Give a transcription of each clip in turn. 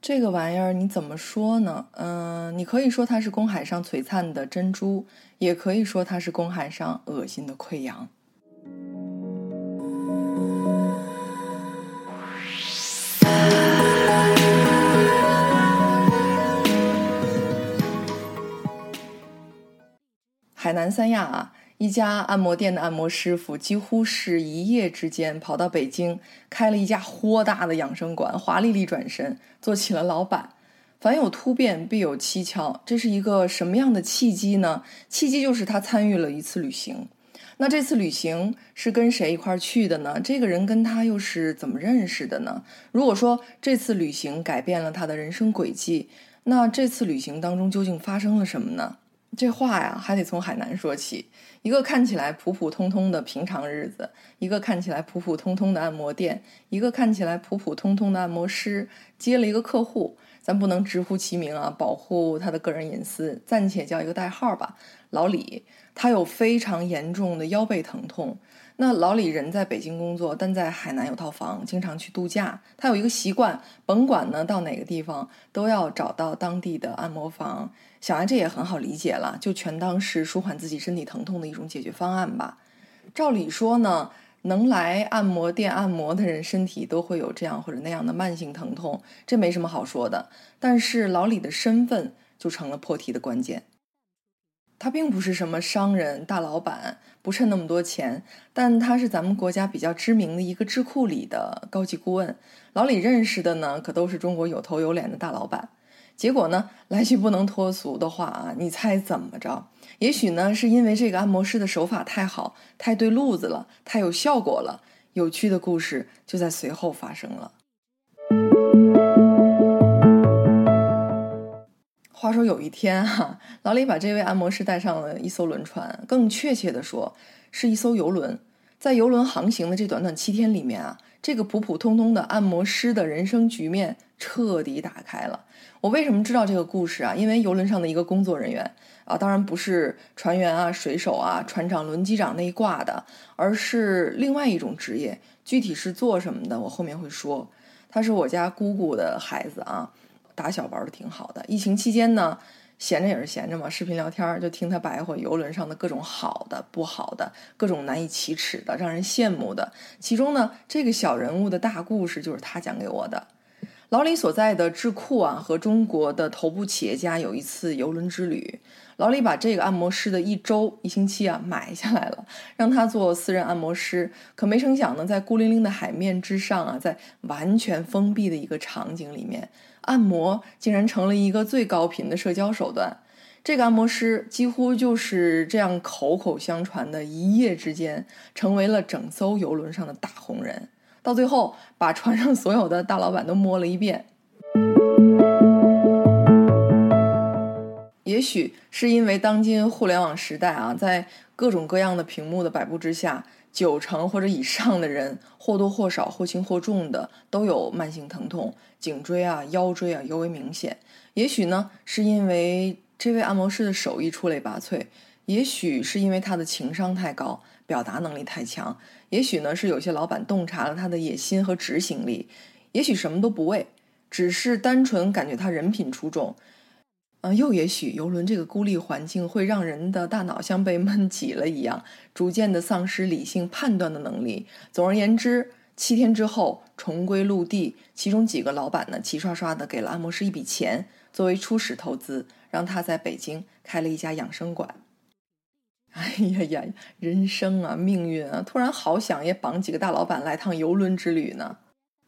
这个玩意儿你怎么说呢？你可以说它是公海上璀璨的珍珠，也可以说它是公海上恶心的溃疡。海南三亚啊，一家按摩店的按摩师傅几乎是一夜之间跑到北京，开了一家豁大的养生馆，华丽丽转身做起了老板。凡有突变必有蹊跷，这是一个什么样的契机呢？契机就是他参与了一次旅行。那这次旅行是跟谁一块去的呢？这个人跟他又是怎么认识的呢？如果说这次旅行改变了他的人生轨迹，那这次旅行当中究竟发生了什么呢？这话呀，还得从海南说起。一个看起来普普通通的平常日子，一个看起来普普通通的按摩店，一个看起来普普通通的按摩师，接了一个客户，咱不能直呼其名啊，保护他的个人隐私，暂且叫一个代号吧。老李，他有非常严重的腰背疼痛。那老李人在北京工作，但在海南有套房，经常去度假。他有一个习惯，甭管呢到哪个地方，都要找到当地的按摩房。想来这也很好理解了，就全当是舒缓自己身体疼痛的一种解决方案吧。照理说呢，能来按摩店按摩的人身体都会有这样或者那样的慢性疼痛，这没什么好说的。但是老李的身份就成了破题的关键。他并不是什么商人大老板，不趁那么多钱，但他是咱们国家比较知名的一个智库里的高级顾问。老李认识的呢，可都是中国有头有脸的大老板。结果呢，来句不能脱俗的话啊，你猜怎么着？也许呢，是因为这个按摩师的手法太好，太对路子了，太有效果了。有趣的故事就在随后发生了。话说有一天啊，老李把这位按摩师带上了一艘轮船，更确切的说是一艘游轮。在游轮航行的这短短7天里面啊，这个普普通通的按摩师的人生局面彻底打开了。我为什么知道这个故事啊？因为游轮上的一个工作人员啊，当然不是船员啊、水手啊、船长、轮机长那一挂的，而是另外一种职业，具体是做什么的，我后面会说。他是我家姑姑的孩子啊，打小玩的挺好的。疫情期间呢，闲着也是闲着嘛，视频聊天就听他白话游轮上的各种好的、不好的，各种难以启齿的、让人羡慕的。其中呢，这个小人物的大故事就是他讲给我的。老李所在的智库啊，和中国的头部企业家有一次游轮之旅。老李把这个按摩师的1星期啊买下来了，让他做私人按摩师。可没成想呢，在孤零零的海面之上啊，在完全封闭的一个场景里面，按摩竟然成了一个最高频的社交手段。这个按摩师几乎就是这样口口相传的，一夜之间成为了整艘游轮上的大红人。到最后把船上所有的大老板都摸了一遍。也许是因为当今互联网时代啊，在各种各样的屏幕的摆布之下，90%或者以上的人或多或少、或轻或重的都有慢性疼痛，颈椎啊、腰椎啊尤为明显。也许呢，是因为这位按摩师的手艺出类拔萃，也许是因为他的情商太高，表达能力太强，也许呢是有些老板洞察了他的野心和执行力，也许什么都不为，只是单纯感觉他人品出众。又也许游轮这个孤立环境会让人的大脑像被闷挤了一样，逐渐的丧失理性判断的能力。总而言之，7天之后重归陆地，其中几个老板呢齐刷刷的给了按摩师一笔钱，作为初始投资，让他在北京开了一家养生馆。哎呀呀，人生啊，命运啊，突然好想也绑几个大老板来趟游轮之旅呢。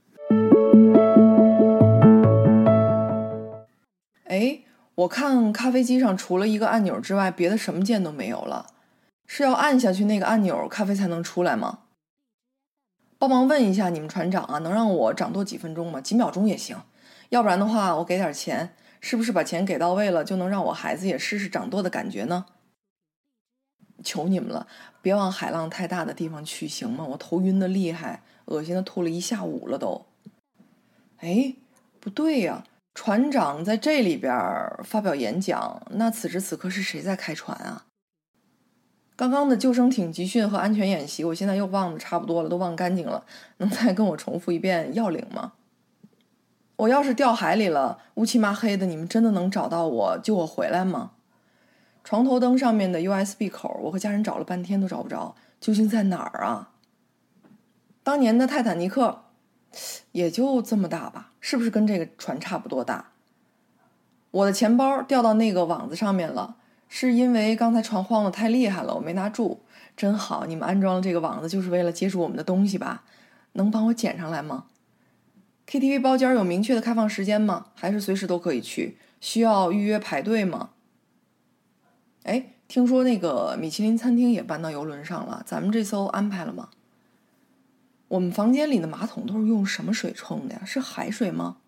哎，我看咖啡机上除了一个按钮之外，别的什么键都没有了。是要按下去那个按钮，咖啡才能出来吗？帮忙问一下你们船长啊，能让我掌舵几分钟吗？几秒钟也行。要不然的话，我给点钱，是不是把钱给到位了，就能让我孩子也试试掌舵的感觉呢？求你们了，别往海浪太大的地方去，行吗？我头晕的厉害，恶心的吐了一下午了都。哎，不对呀，船长在这里边发表演讲，那此时此刻是谁在开船啊？刚刚的救生艇集训和安全演习，我现在又忘得差不多了，都忘干净了。能再跟我重复一遍要领吗？ 我要是掉海里了，乌漆麻黑的，你们真的能找到我，救我回来吗？床头灯上面的 USB 口，我和家人找了半天都找不着，究竟在哪儿啊？当年的泰坦尼克也就这么大吧，是不是跟这个船差不多大？我的钱包掉到那个网子上面了，是因为刚才船晃得太厉害了，我没拿住。真好，你们安装了这个网子就是为了接住我们的东西吧？能帮我捡上来吗？ KTV 包间有明确的开放时间吗？还是随时都可以去？需要预约排队吗？哎，听说那个米其林餐厅也搬到邮轮上了，咱们这艘安排了吗？我们房间里的马桶都是用什么水冲的呀？是海水吗？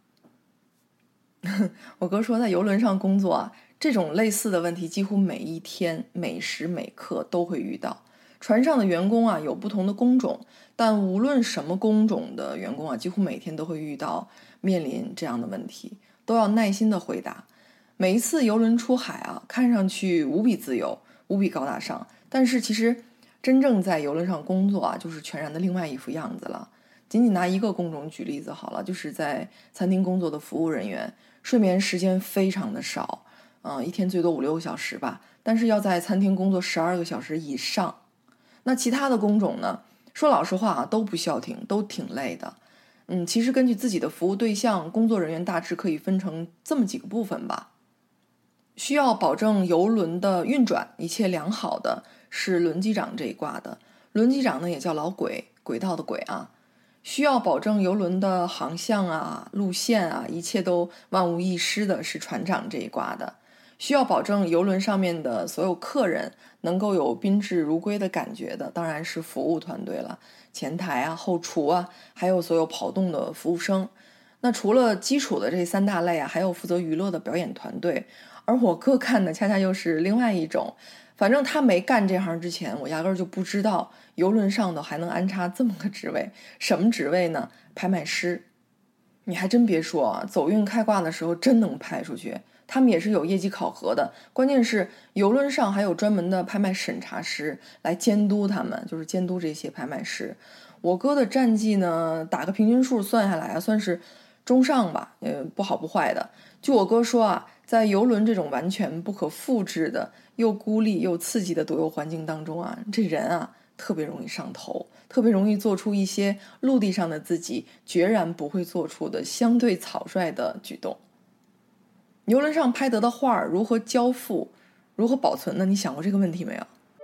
我哥说在邮轮上工作啊，这种类似的问题几乎每一天每时每刻都会遇到。船上的员工啊有不同的工种，但无论什么工种的员工啊，几乎每天都会面临这样的问题，都要耐心的回答。每一次邮轮出海啊，看上去无比自由，无比高大上，但是其实真正在邮轮上工作啊，就是全然的另外一副样子了。仅仅拿一个工种举例子好了，就是在餐厅工作的服务人员，睡眠时间非常的少，一天最多5-6个小时吧，但是要在餐厅工作12个小时以上。那其他的工种呢，说老实话啊，都不消停，都挺累的。其实根据自己的服务对象，工作人员大致可以分成这么几个部分吧。需要保证邮轮的运转一切良好的是轮机长这一挂的，轮机长呢也叫老轨，轨道的轨啊。需要保证邮轮的航向啊、路线啊，一切都万无一失的是船长这一挂的。需要保证邮轮上面的所有客人能够有宾至如归的感觉的，当然是服务团队了，前台啊、后厨啊，还有所有跑动的服务生。那除了基础的这3大类啊，还有负责娱乐的表演团队。而我哥干的恰恰又是另外一种，反正他没干这行之前，我压根儿就不知道邮轮上头还能安插这么个职位。什么职位呢？拍卖师。你还真别说啊，走运开挂的时候真能拍出去。他们也是有业绩考核的，关键是邮轮上还有专门的拍卖审查师来监督他们，就是监督这些拍卖师。我哥的战绩呢，打个平均数算下来啊，算是中上吧，不好不坏的。据我哥说啊，在邮轮这种完全不可复制的又孤立又刺激的独有环境当中啊，这人啊特别容易上头，特别容易做出一些陆地上的自己决然不会做出的相对草率的举动。邮轮上拍得的画如何交付，如何保存呢？你想过这个问题没有？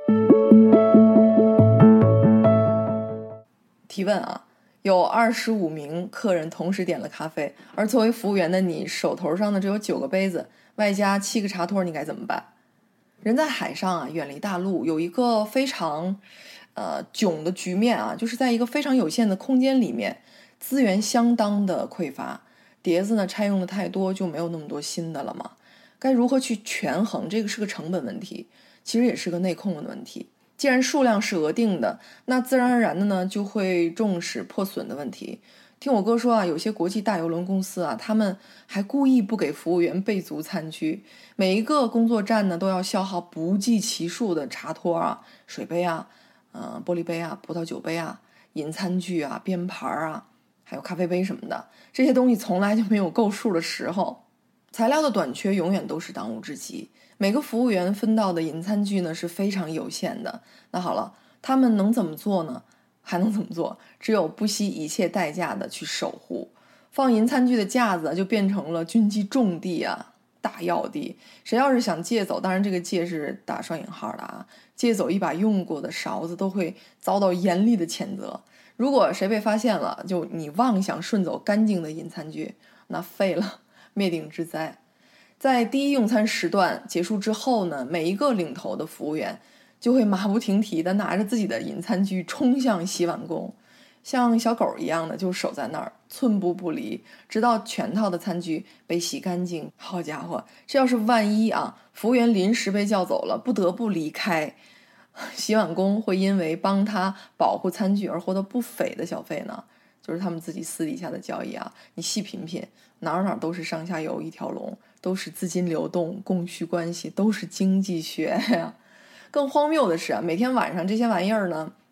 提问啊，有25名客人同时点了咖啡，而作为服务员的你手头上的只有9个杯子，外加7个茶托，你该怎么办？人在海上啊，远离大陆，有一个非常囧的局面啊，就是在一个非常有限的空间里面，资源相当的匮乏，碟子呢拆用的太多，就没有那么多新的了嘛。该如何去权衡？这个是个成本问题，其实也是个内控的问题。既然数量是额定的，那自然而然的呢就会重视破损的问题。听我哥说啊，有些国际大邮轮公司啊，他们还故意不给服务员备足餐具，每一个工作站呢都要消耗不计其数的茶托啊、水杯啊、玻璃杯啊、葡萄酒杯啊、饮餐具啊、边盘啊，还有咖啡杯什么的，这些东西从来就没有够数的时候。材料的短缺永远都是当务之急，每个服务员分到的饮餐具呢是非常有限的。那好了，他们能怎么做呢？还能怎么做？只有不惜一切代价的去守护。放银餐具的架子就变成了军机重地啊，大要地。谁要是想借走，当然这个借是打双引号的啊，借走一把用过的勺子都会遭到严厉的谴责。如果谁被发现了，就你妄想顺走干净的银餐具，那废了，灭顶之灾。在第一用餐时段结束之后呢，每一个领头的服务员就会马不停蹄地拿着自己的饮餐具冲向洗碗工，像小狗一样的就守在那儿，寸步不离，直到全套的餐具被洗干净。好家伙，这要是万一啊，服务员临时被叫走了，不得不离开，洗碗工会因为帮他保护餐具而获得不菲的小费呢。就是他们自己私底下的交易啊，你细品品，哪哪都是上下游一条龙，都是资金流动、供需关系，都是经济学呀。更荒谬的是啊，每天晚上这些玩意儿呢，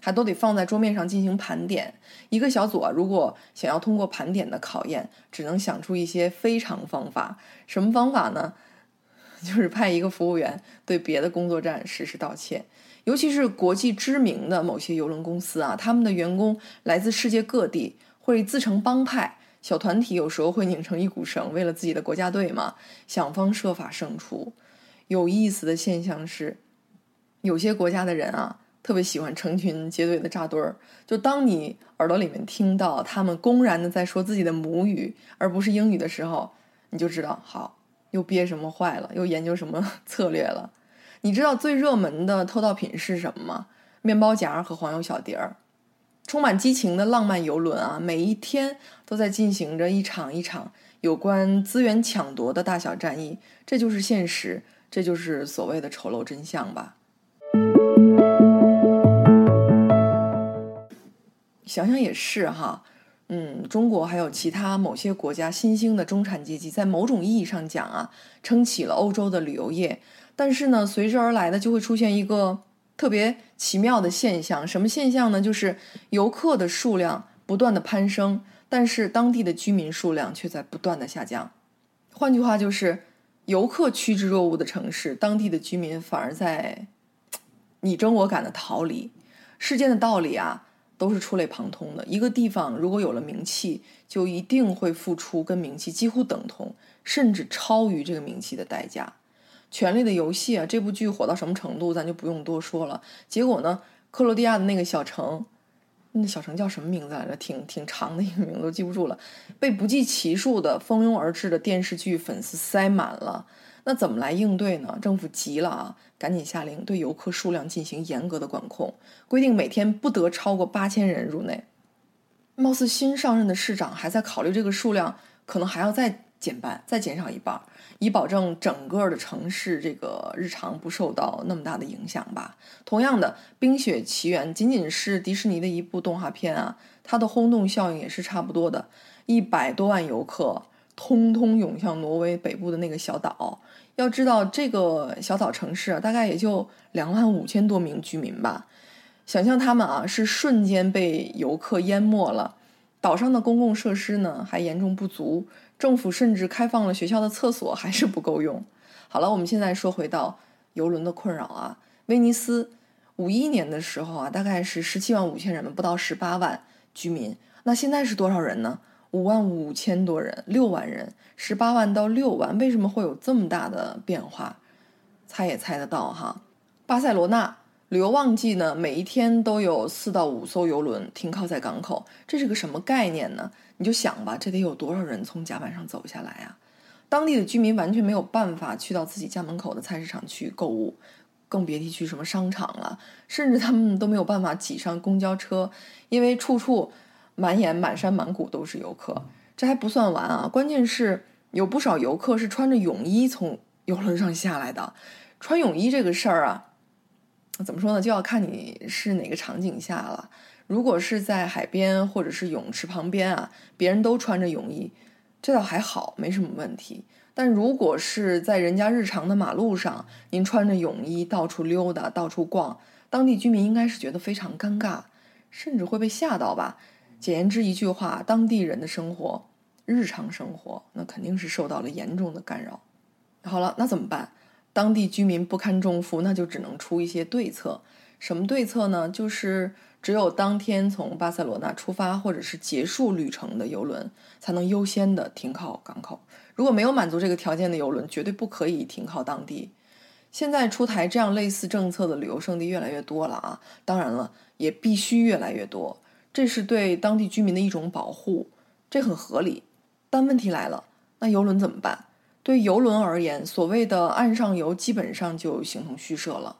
还都得放在桌面上进行盘点。一个小组啊，如果想要通过盘点的考验，只能想出一些非常方法。什么方法呢？就是派一个服务员对别的工作站实施盗窃。尤其是国际知名的某些邮轮公司啊，他们的员工来自世界各地，会自成帮派，小团体有时候会拧成一股绳，为了自己的国家队嘛，想方设法胜出。有意思的现象是，有些国家的人啊，特别喜欢成群结队的扎堆儿。就当你耳朵里面听到他们公然的在说自己的母语，而不是英语的时候，你就知道，好，又憋什么坏了，又研究什么策略了。你知道最热门的偷盗品是什么吗？面包夹和黄油小碟儿。充满激情的浪漫游轮啊，每一天都在进行着一场一场有关资源抢夺的大小战役。这就是现实，这就是所谓的丑陋真相吧。想想也是哈，中国还有其他某些国家新兴的中产阶级，在某种意义上讲啊，撑起了欧洲的旅游业。但是呢，随之而来的就会出现一个特别奇妙的现象。什么现象呢？就是游客的数量不断的攀升，但是当地的居民数量却在不断的下降。换句话就是，游客趋之若鹜的城市，当地的居民反而在你争我赶的逃离。世间的道理啊，都是触类旁通的。一个地方如果有了名气，就一定会付出跟名气几乎等同，甚至超于这个名气的代价。权力的游戏啊，这部剧火到什么程度，咱就不用多说了。结果呢，克罗地亚的那个小城，那小城叫什么名字来着？挺长的一个名字，都记不住了。被不计其数的蜂拥而至的电视剧粉丝塞满了。那怎么来应对呢？政府急了啊，赶紧下令对游客数量进行严格的管控，规定每天不得超过8000人入内。貌似新上任的市长还在考虑这个数量，可能还要再减少一半，以保证整个的城市这个日常不受到那么大的影响吧。同样的，《冰雪奇缘》仅仅是迪士尼的一部动画片啊，它的轰动效应也是差不多的，100多万游客通通涌向挪威北部的那个小岛。要知道，这个小岛城市啊，大概也就25000多名居民吧。想象他们啊，是瞬间被游客淹没了。岛上的公共设施呢，还严重不足，政府甚至开放了学校的厕所，还是不够用。好了，我们现在说回到游轮的困扰啊。威尼斯51年的时候啊，大概是17.5万人，不到18万居民。那现在是多少人呢？55000多人，6万人，18万到6万，为什么会有这么大的变化？猜也猜得到哈。巴塞罗那旅游旺季呢，每一天都有4到5艘游轮停靠在港口，这是个什么概念呢？你就想吧，这得有多少人从甲板上走下来啊？当地的居民完全没有办法去到自己家门口的菜市场去购物，更别提去什么商场了，甚至他们都没有办法挤上公交车，因为处处满山满谷都是游客。这还不算完啊，关键是有不少游客是穿着泳衣从游轮上下来的。穿泳衣这个事儿啊，怎么说呢，就要看你是哪个场景下了。如果是在海边或者是泳池旁边啊，别人都穿着泳衣，这倒还好，没什么问题。但如果是在人家日常的马路上，您穿着泳衣到处溜达到处逛，当地居民应该是觉得非常尴尬，甚至会被吓到吧。简言之一句话，当地人的生活，日常生活那肯定是受到了严重的干扰。好了，那怎么办？当地居民不堪重负，那就只能出一些对策。什么对策呢？就是只有当天从巴塞罗那出发或者是结束旅程的游轮才能优先的停靠港口。如果没有满足这个条件的游轮，绝对不可以停靠当地。现在出台这样类似政策的旅游胜地越来越多了啊，当然了，也必须越来越多。这是对当地居民的一种保护，这很合理。但问题来了，那游轮怎么办？对游轮而言，所谓的岸上游基本上就形同虚设了。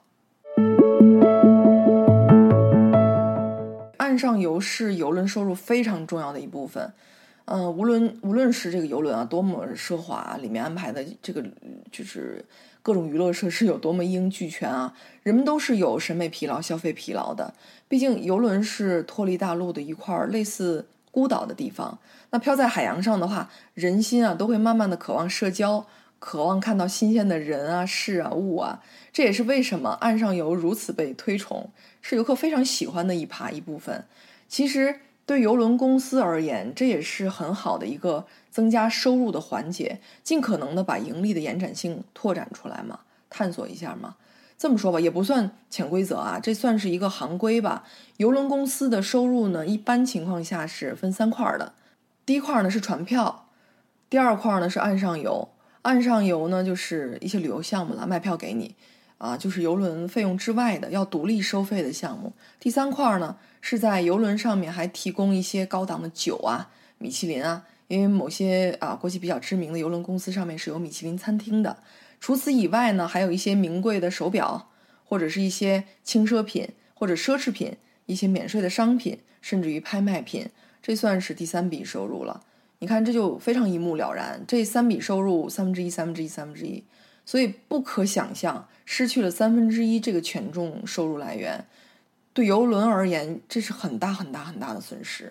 岸上游是游轮收入非常重要的一部分。无论是这个游轮啊多么奢华，里面安排的这个就是各种娱乐设施有多么一应俱全啊，人们都是有审美疲劳、消费疲劳的。毕竟游轮是脱离大陆的一块类似孤岛的地方，那飘在海洋上的话，人心啊都会慢慢的渴望社交， 渴望看到新鲜的人啊、事啊、物啊。这也是为什么岸上游如此被推崇，是游客非常喜欢的一部分。其实对邮轮公司而言，这也是很好的一个增加收入的环节，尽可能的把盈利的延展性拓展出来嘛，探索一下嘛。这么说吧，也不算潜规则啊，这算是一个行规吧。邮轮公司的收入呢，一般情况下是分3块的。第一块呢是船票，第二块呢是岸上游。岸上游呢就是一些旅游项目了，卖票给你啊，就是邮轮费用之外的要独立收费的项目。第3块呢是在邮轮上面还提供一些高档的酒啊、米其林啊，因为某些国际比较知名的邮轮公司上面是有米其林餐厅的。除此以外呢，还有一些名贵的手表，或者是一些轻奢品或者奢侈品，一些免税的商品，甚至于拍卖品，这算是第3笔收入了。你看，这就非常一目了然，这3笔收入1/3，所以不可想象，失去了1/3这个权重收入来源，对邮轮而言，这是很大的损失。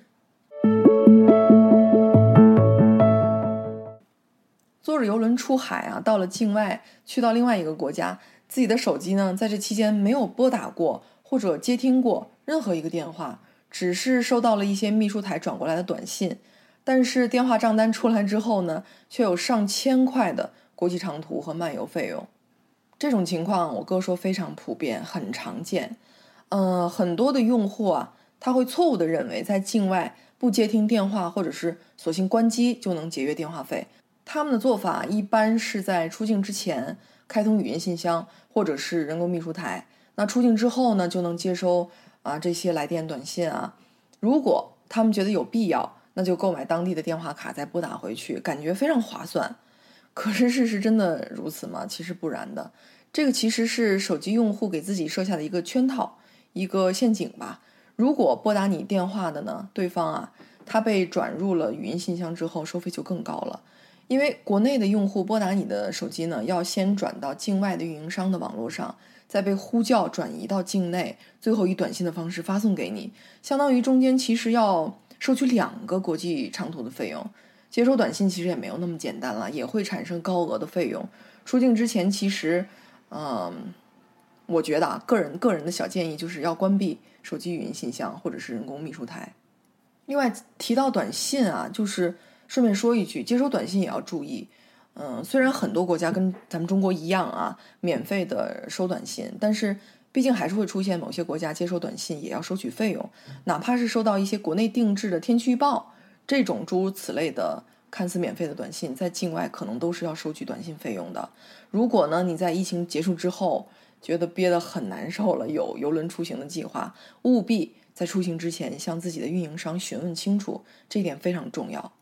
坐着邮轮出海啊，到了境外，去到另外一个国家，自己的手机呢，在这期间没有拨打过或者接听过任何一个电话，只是收到了一些秘书台转过来的短信。但是电话账单出来之后呢，却有上千块的国际长途和漫游费用。这种情况我哥说非常普遍，很常见。很多的用户啊，他会错误地认为在境外不接听电话或者是索性关机就能节约电话费。他们的做法一般是在出境之前开通语音信箱或者是人工秘书台，那出境之后呢，就能接收这些来电短信啊。如果他们觉得有必要，那就购买当地的电话卡再拨打回去，感觉非常划算。可是事实真的如此吗？其实不然的。这个其实是手机用户给自己设下的一个圈套，一个陷阱吧。如果拨打你电话的呢，对方他被转入了语音信箱之后，收费就更高了。因为国内的用户拨打你的手机呢，要先转到境外的运营商的网络上，再被呼叫转移到境内，最后以短信的方式发送给你，相当于中间其实要收取2个国际长途的费用。接收短信其实也没有那么简单了，也会产生高额的费用。出境之前其实我觉得个人的小建议就是要关闭手机语音信箱或者是人工秘书台。另外提到短信就是顺便说一句，接收短信也要注意。虽然很多国家跟咱们中国一样免费的收短信，但是毕竟还是会出现某些国家接收短信也要收取费用，哪怕是收到一些国内定制的天气预报这种诸如此类的看似免费的短信，在境外可能都是要收取短信费用的。如果呢你在疫情结束之后觉得憋得很难受了，有邮轮出行的计划，务必在出行之前向自己的运营商询问清楚，这一点非常重要。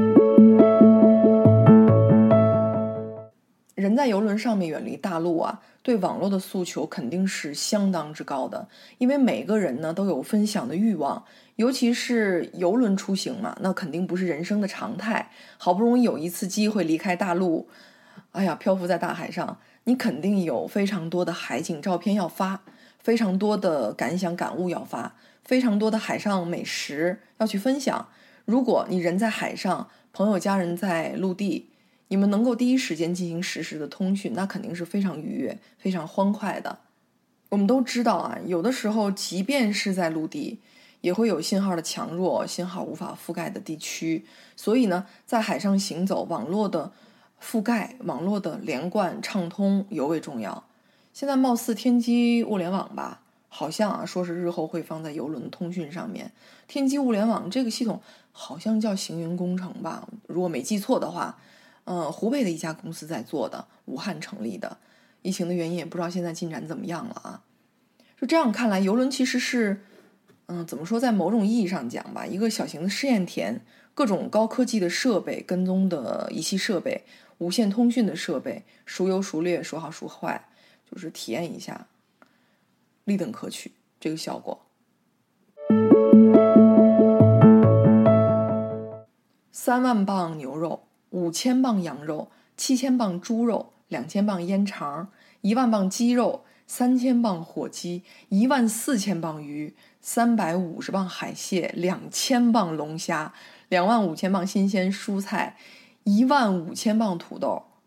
人在邮轮上面远离大陆对网络的诉求肯定是相当之高的，因为每个人呢都有分享的欲望，尤其是邮轮出行嘛，那肯定不是人生的常态。好不容易有一次机会离开大陆，漂浮在大海上，你肯定有非常多的海景照片要发，非常多的感想感悟要发，非常多的海上美食要去分享。如果你人在海上，朋友家人在陆地，你们能够第一时间进行实时的通讯，那肯定是非常愉悦、非常欢快的。我们都知道有的时候即便是在陆地，也会有信号的强弱、信号无法覆盖的地区。所以呢，在海上行走，网络的覆盖、网络的连贯畅通尤为重要。现在貌似天基物联网吧，好像说是日后会放在邮轮通讯上面。天基物联网这个系统好像叫行云工程吧，如果没记错的话。湖北的一家公司在做的，武汉成立的。疫情的原因也不知道现在进展怎么样了就这样看来，邮轮其实是怎么说，在某种意义上讲吧，一个小型的试验田，各种高科技的设备、跟踪的仪器设备、无线通讯的设备，孰优孰劣，孰好孰坏，就是体验一下，立等可取这个效果。3万磅牛肉，5000磅羊肉，7000磅猪肉，2000磅烟肠，1万磅鸡肉，3000磅火鸡，14000磅鱼，350磅海蟹，2000磅龙虾，25000磅新鲜蔬菜，15000磅土豆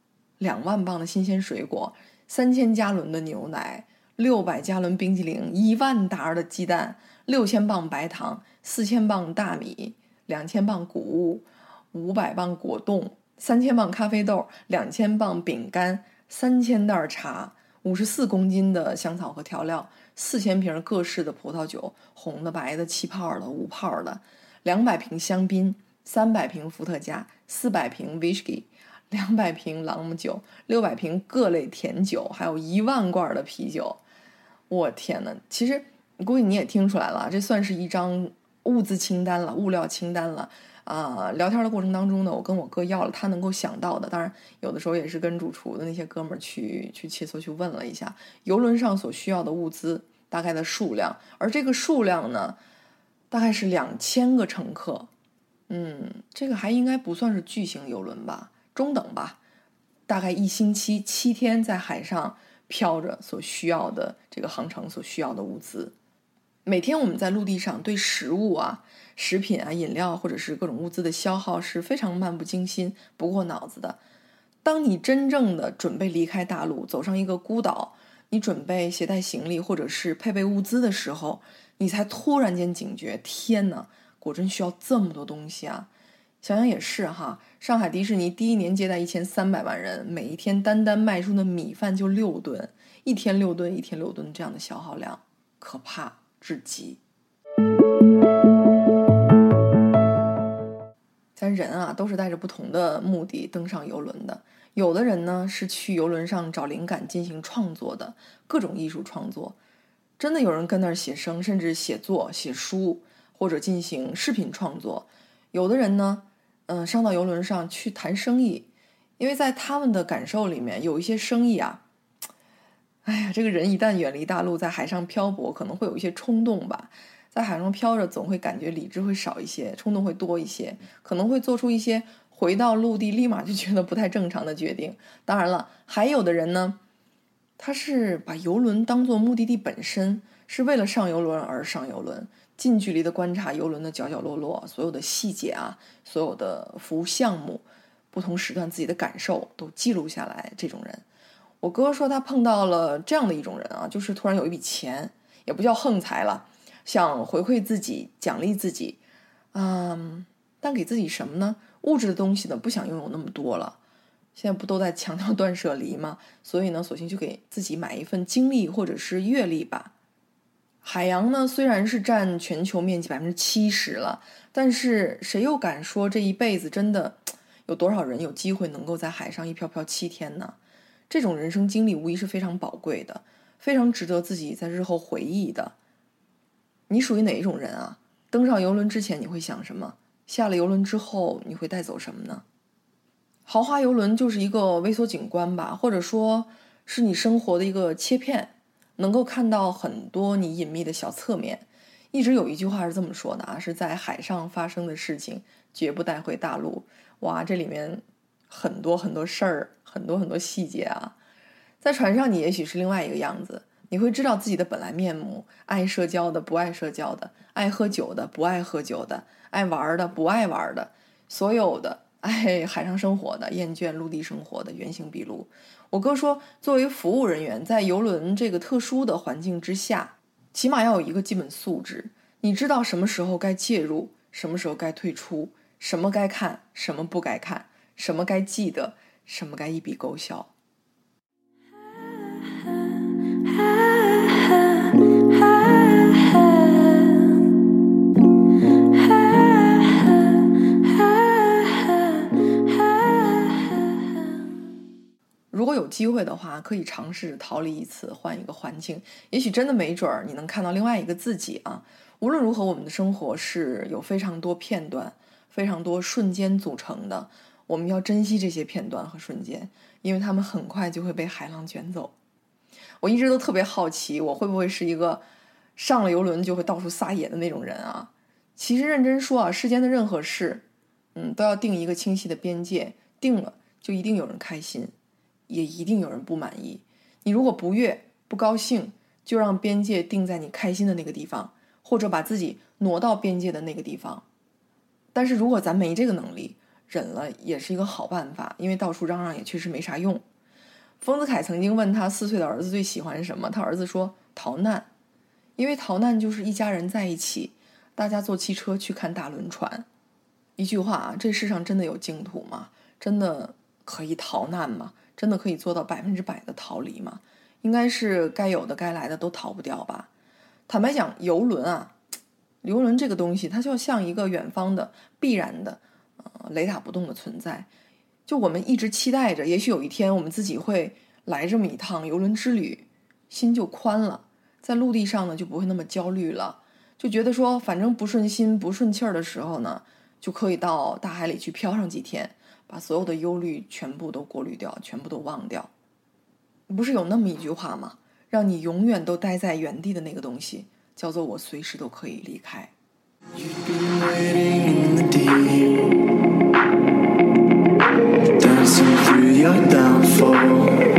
2万磅的新鲜水果，3000加仑的牛奶，600加仑冰激凌，1万打的鸡蛋，6000磅白糖，4000磅大米，2000磅谷物，500磅果冻，3000磅咖啡豆，2000磅饼干，3000袋茶，54公斤的香草和调料，4000瓶各式的葡萄酒，红的、白的、气泡的、无泡的，200瓶香槟，300瓶伏特加，400瓶 whisky，200瓶朗姆酒，600瓶各类甜酒，还有1万罐的啤酒。我天哪！其实估计你也听出来了，这算是一张物资清单了，物料清单了。聊天的过程当中呢，我跟我哥要了他能够想到的，当然有的时候也是跟主厨的那些哥们儿去切磋去问了一下邮轮上所需要的物资大概的数量，而这个数量呢，大概是2000个乘客。这个还应该不算是巨型邮轮吧，中等吧，大概1星期7天在海上飘着所需要的这个航程所需要的物资。每天我们在陆地上对食物食品饮料或者是各种物资的消耗是非常漫不经心不过脑子的。当你真正的准备离开大陆走上一个孤岛，你准备携带行李或者是配备物资的时候，你才突然间警觉，天哪，果真需要这么多东西啊。想想也是哈，上海迪士尼第1年接待1300万人，每一天单卖出的米饭就6吨，1天6吨，1天6吨，这样的消耗量可怕至极。咱人都是带着不同的目的登上邮轮的，有的人呢是去邮轮上找灵感进行创作的，各种艺术创作，真的有人跟那儿写生，甚至写作写书，或者进行视频创作。有的人呢上到邮轮上去谈生意，因为在他们的感受里面有一些生意这个人一旦远离大陆，在海上漂泊，可能会有一些冲动吧。在海上飘着，总会感觉理智会少一些，冲动会多一些，可能会做出一些回到陆地立马就觉得不太正常的决定。当然了，还有的人呢，他是把邮轮当作目的地本身，是为了上邮轮而上邮轮，近距离的观察邮轮的角角落落，所有的细节所有的服务项目，不同时段自己的感受都记录下来。这种人，我哥说他碰到了这样的一种人就是突然有一笔钱，也不叫横财了，想回馈自己，奖励自己，但给自己什么呢？物质的东西呢，不想拥有那么多了。现在不都在强调断舍离吗？所以呢，索性就给自己买一份经历或者是阅历吧。海洋呢，虽然是占全球面积70%了，但是谁又敢说这一辈子真的有多少人有机会能够在海上一漂漂7天呢？这种人生经历无疑是非常宝贵的，非常值得自己在日后回忆的。你属于哪一种人登上邮轮之前你会想什么？下了邮轮之后你会带走什么呢？豪华邮轮就是一个微缩景观吧，或者说是你生活的一个切片，能够看到很多你隐秘的小侧面。一直有一句话是这么说的是在海上发生的事情绝不带回大陆。哇，这里面很多很多事儿，很多很多细节在船上你也许是另外一个样子，你会知道自己的本来面目，爱社交的，不爱社交的，爱喝酒的，不爱喝酒的，爱玩的，不爱玩的，所有的爱海上生活的，厌倦陆地生活的，原形毕露。我哥说，作为服务人员，在邮轮这个特殊的环境之下，起码要有一个基本素质，你知道什么时候该介入，什么时候该退出，什么该看，什么不该看，什么该记得，什么该一笔勾销。如果有机会的话，可以尝试逃离一次，换一个环境，也许真的没准儿你能看到另外一个自己无论如何，我们的生活是有非常多片段，非常多瞬间组成的，我们要珍惜这些片段和瞬间，因为他们很快就会被海浪卷走。我一直都特别好奇，我会不会是一个上了邮轮就会到处撒野的那种人其实认真说世间的任何事都要定一个清晰的边界，定了就一定有人开心，也一定有人不满意。你如果不悦不高兴，就让边界定在你开心的那个地方，或者把自己挪到边界的那个地方。但是如果咱没这个能力，忍了也是一个好办法，因为到处嚷嚷也确实没啥用。 丰子恺曾经问他4岁的儿子最喜欢什么，他儿子说逃难，因为逃难就是一家人在一起，大家坐汽车去看大轮船。一句话啊，这世上真的有净土吗？真的可以逃难吗？真的可以做到100%的逃离吗？应该是该有的该来的都逃不掉吧。坦白讲，游轮这个东西，它就要像一个远方的必然的雷打不动的存在。就我们一直期待着，也许有一天我们自己会来这么一趟游轮之旅，心就宽了，在陆地上呢就不会那么焦虑了，就觉得说反正不顺心不顺气儿的时候呢，就可以到大海里去漂上几天，把所有的忧虑全部都过滤掉，全部都忘掉。不是有那么一句话吗？让你永远都待在原地的那个东西，叫做我随时都可以离开。You've been waiting in the deep, dancing through your downfall.